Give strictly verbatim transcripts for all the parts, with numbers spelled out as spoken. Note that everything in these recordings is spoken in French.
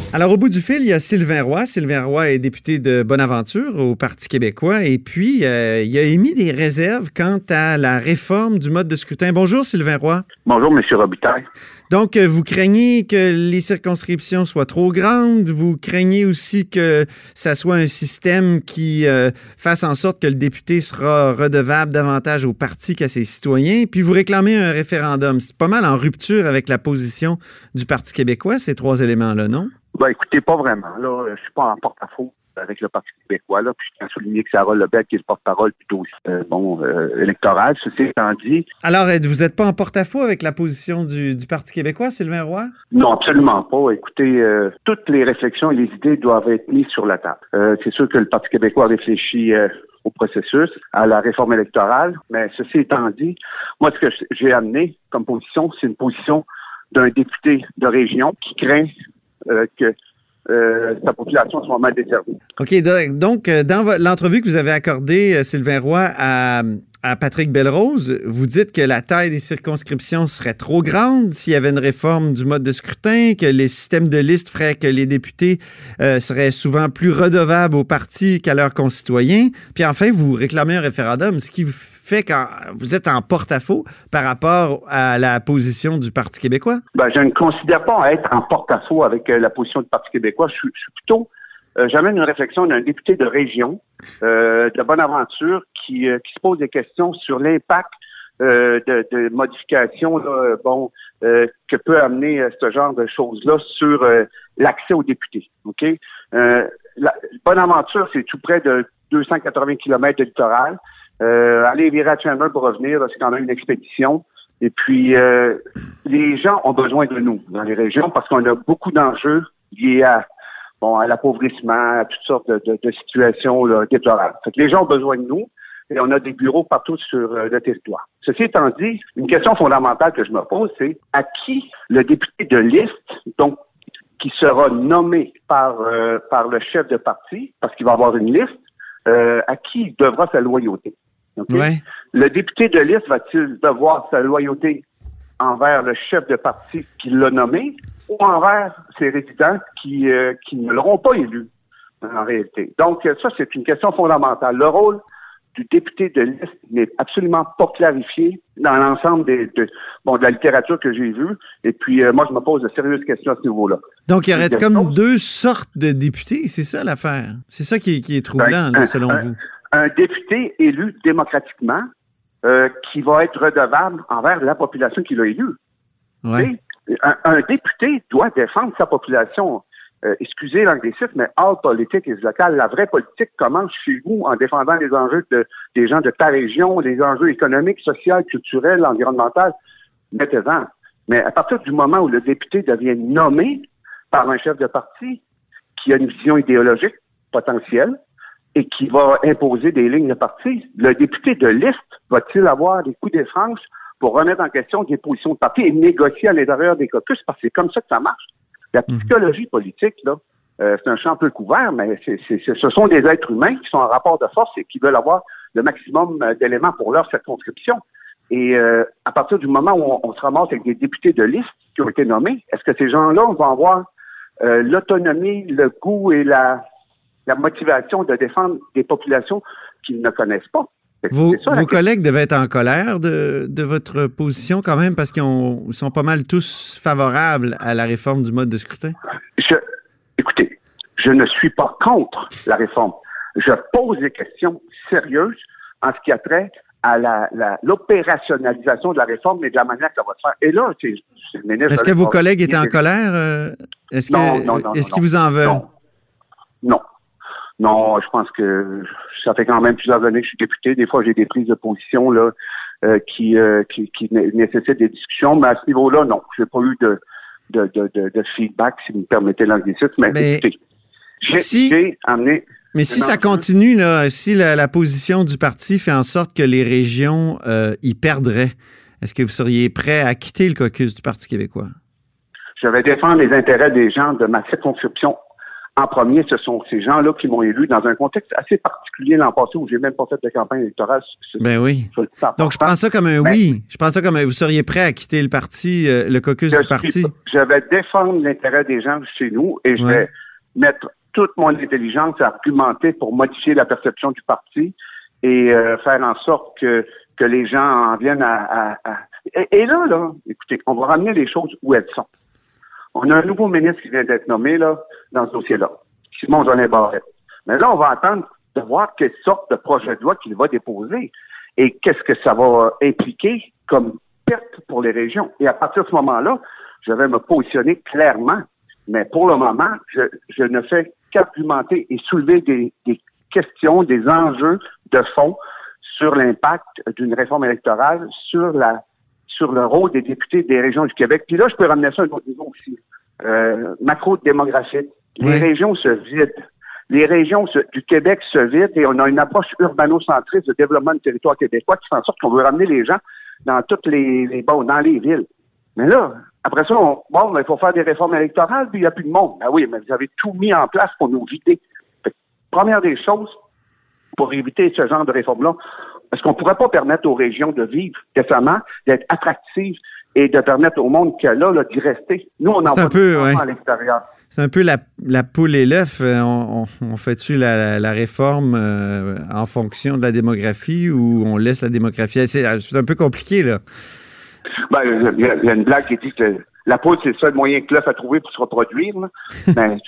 Alors, au bout du fil, il y a Sylvain Roy. Sylvain Roy est député de Bonaventure au Parti québécois et puis euh, il a émis des réserves quant à la réforme du mode de scrutin. Bonjour, Sylvain Roy. Bonjour, M. Robitaille. Donc, vous craignez que les circonscriptions soient trop grandes. Vous craignez aussi que ça soit un système qui euh, fasse en sorte que le député sera redevable davantage au parti qu'à ses citoyens. Puis, vous réclamez un référendum. C'est pas mal en rupture avec la position du Parti québécois, ces trois éléments-là, non? Ben, écoutez, pas vraiment. Là, je suis pas en porte-à-faux avec le Parti québécois. Là, puis je tiens à souligner que c'est Harold Lebel qui est le porte-parole plutôt euh, bon euh, électoral. Ceci étant dit. Alors, vous n'êtes pas en porte-à-faux avec la position du, du Parti québécois, Sylvain Roy? Non, absolument pas. Écoutez, euh, toutes les réflexions et les idées doivent être mises sur la table. Euh, c'est sûr que le Parti québécois réfléchit euh, au processus, à la réforme électorale, mais ceci étant dit, moi, ce que j'ai amené comme position, c'est une position d'un député de région qui craint euh, que Euh, sa population soit mal desservie. OK. Donc, dans l'entrevue que vous avez accordée, Sylvain Roy, à, à Patrick Belrose, vous dites que la taille des circonscriptions serait trop grande s'il y avait une réforme du mode de scrutin, que les systèmes de liste feraient que les députés euh, seraient souvent plus redevables aux partis qu'à leurs concitoyens. Puis enfin, vous réclamez un référendum, ce qui fait que vous êtes en porte-à-faux par rapport à la position du Parti québécois? Ben, je ne considère pas être en porte-à-faux avec euh, la position du Parti québécois. Je suis, je suis plutôt... Euh, j'amène une réflexion d'un député de région, euh, de Bonaventure, qui, euh, qui se pose des questions sur l'impact euh, de, de modifications là, bon, euh, que peut amener euh, ce genre de choses-là sur euh, l'accès aux députés. OK? Euh, la, Bonaventure, c'est tout près de deux cent quatre-vingts kilomètres de littoral. Euh, aller virer à Chandler pour revenir, là, c'est quand même une expédition. Et puis, euh, les gens ont besoin de nous dans les régions parce qu'on a beaucoup d'enjeux liés à, bon, à l'appauvrissement, à toutes sortes de, de, de situations là, déplorables. Fait que les gens ont besoin de nous et on a des bureaux partout sur euh, le territoire. Ceci étant dit, une question fondamentale que je me pose, c'est à qui le député de liste, donc qui sera nommé par euh, par le chef de parti, parce qu'il va avoir une liste, euh, à qui il devra sa loyauté. Okay? Ouais. Le député de liste va-t-il devoir sa loyauté envers le chef de parti qui l'a nommé ou envers ses résidents qui, euh, qui ne l'auront pas élu en réalité? Donc, ça, c'est une question fondamentale. Le rôle du député de liste n'est absolument pas clarifié dans l'ensemble des, de, bon, de la littérature que j'ai vue. Et puis, euh, moi, je me pose de sérieuses questions à ce niveau-là. Donc, il y aurait comme choses. deux sortes de députés, c'est ça l'affaire? C'est ça qui est, qui est troublant, un, là, selon un, vous? Un député élu démocratiquement euh, qui va être redevable envers la population qui l'a élu. Ouais. Un, un député doit défendre sa population. Euh, excusez l'anglicisme, mais all politique is local. La vraie politique commence chez vous en défendant les enjeux de, des gens de ta région, les enjeux économiques, sociaux, culturels, environnementaux. Mettez-en. Mais à partir du moment où le député devient nommé par un chef de parti qui a une vision idéologique potentielle et qui va imposer des lignes de parti, le député de liste va-t-il avoir des coups de franche pour remettre en question des positions de parti et négocier à l'intérieur des caucus? Parce que c'est comme ça que ça marche. La psychologie politique, là, euh, c'est un champ peu couvert, mais c'est, c'est, c'est, ce sont des êtres humains qui sont en rapport de force et qui veulent avoir le maximum d'éléments pour leur circonscription. Et euh, à partir du moment où on, on se ramasse avec des députés de liste qui ont été nommés, est-ce que ces gens-là vont avoir euh, l'autonomie, le goût et la, la motivation de défendre des populations qu'ils ne connaissent pas? Vos, ça, vos collègues devaient être en colère de, de votre position quand même parce qu'ils ont, sont pas mal tous favorables à la réforme du mode de scrutin. Je, écoutez, je ne suis pas contre la réforme. Je pose des questions sérieuses en ce qui a trait à la, la, l'opérationnalisation de la réforme et de la manière que ça va se faire. Et là, c'est, c'est le ministre... Est-ce que vos collègues étaient en colère? Euh, est-ce non, que, non, non. Est-ce non, qu'ils vous en veulent? Non. Non. Non, je pense que ça fait quand même plusieurs années que je suis député. Des fois, j'ai des prises de position là euh, qui, euh, qui qui nécessitent des discussions, mais à ce niveau-là, non. J'ai pas eu de de, de, de, de feedback, si vous me permettez l'anglicisme. Mais, mais écoutez, j'ai, si, j'ai amené... Mais si ça continue, là, si la, la position du parti fait en sorte que les régions euh, y perdraient, est-ce que vous seriez prêt à quitter le caucus du Parti québécois? Je vais défendre les intérêts des gens de ma circonscription en premier, ce sont ces gens-là qui m'ont élu dans un contexte assez particulier l'an passé où j'ai même pas fait de campagne électorale. Ben oui. Donc, je prends ça comme un oui. Je prends ça comme un, vous seriez prêt à quitter le parti, euh, le caucus du parti? Suis, je vais défendre l'intérêt des gens chez nous et je ouais. vais mettre toute mon intelligence à argumenter pour modifier la perception du parti et euh, faire en sorte que, que les gens en viennent à... à, à... Et, et là, là, écoutez, on va ramener les choses où elles sont. On a un nouveau ministre qui vient d'être nommé là dans ce dossier-là, Simon Jolin Barrette. Mais là, on va attendre de voir quelle sorte de projet de loi qu'il va déposer et qu'est-ce que ça va impliquer comme perte pour les régions. Et à partir de ce moment-là, je vais me positionner clairement. Mais pour le moment, je, je ne fais qu'argumenter et soulever des, des questions, des enjeux de fond sur l'impact d'une réforme électorale, sur la sur le rôle des députés des régions du Québec. Puis là, je peux ramener ça à un autre niveau aussi. Euh, macro-démographique. Les oui. régions se vident. Les régions se, du Québec se vident et on a une approche urbano-centriste de développement du territoire québécois qui fait en sorte qu'on veut ramener les gens dans toutes les, les bon, dans les villes. Mais là, après ça, on, bon, ben, il faut faire des réformes électorales, puis il n'y a plus de monde. Ben oui, mais vous avez tout mis en place pour nous vider. Fait que, première des choses, pour éviter ce genre de réforme-là, est-ce qu'on ne pourrait pas permettre aux régions de vivre décemment, d'être attractives et de permettre au monde qui est là, là d'y rester? Nous, on en voit peu, ouais. à l'extérieur. C'est un peu la, la poule et l'œuf. On, on, on fait-tu la, la réforme euh, en fonction de la démographie ou on laisse la démographie? C'est, c'est un peu compliqué, là. Ben, il y, y a une blague qui dit que la poule, c'est le seul moyen que l'œuf a trouvé pour se reproduire. Là. Ben,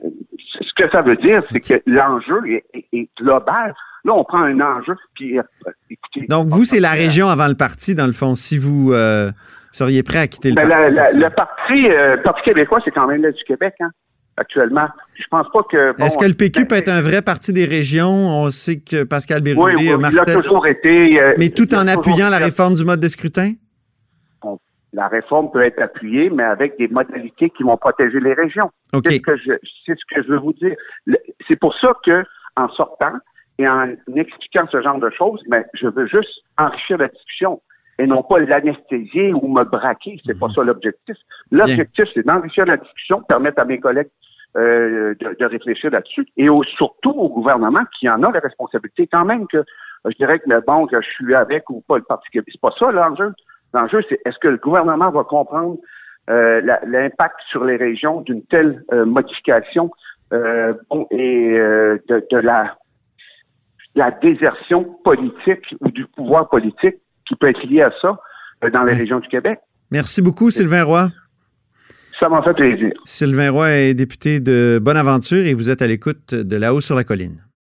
ce que ça veut dire, c'est que l'enjeu est, est, est global. Là, on prend un enjeu, puis écoutez... Donc, vous, c'est la région avant le parti, dans le fond, si vous euh, seriez prêt à quitter le ben, parti. La, la, le parti, euh, parti québécois, c'est quand même l'Est du Québec, hein, actuellement. Je pense pas que... Bon, est-ce que le P Q ben, peut être un vrai parti des régions? On sait que Pascal Bérubé... Oui, oui, martel... il a toujours été... Euh, mais tout en appuyant la réforme du mode de scrutin? Bon, la réforme peut être appuyée, mais avec des modalités qui vont protéger les régions. Okay. C'est ce que je, c'est ce que je veux vous dire. Le, c'est pour ça que, en sortant et en expliquant ce genre de choses, mais je veux juste enrichir la discussion et non pas l'anesthésier ou me braquer. C'est mmh. pas ça l'objectif. L'objectif, Bien. c'est d'enrichir la discussion, permettre à mes collègues euh, de, de réfléchir là-dessus et au, surtout au gouvernement qui en a la responsabilité quand même que je dirais que bon, que je suis avec ou pas le Parti québécois. C'est pas ça l'enjeu. L'enjeu, c'est est-ce que le gouvernement va comprendre euh, la, l'impact sur les régions d'une telle euh, modification euh, bon, et euh, de, de la la désertion politique ou du pouvoir politique qui peut être lié à ça euh, dans les oui. régions du Québec. Merci beaucoup, Sylvain Roy. Ça m'a fait plaisir. Sylvain Roy est député de Bonaventure et vous êtes à l'écoute de Là-haut sur la colline.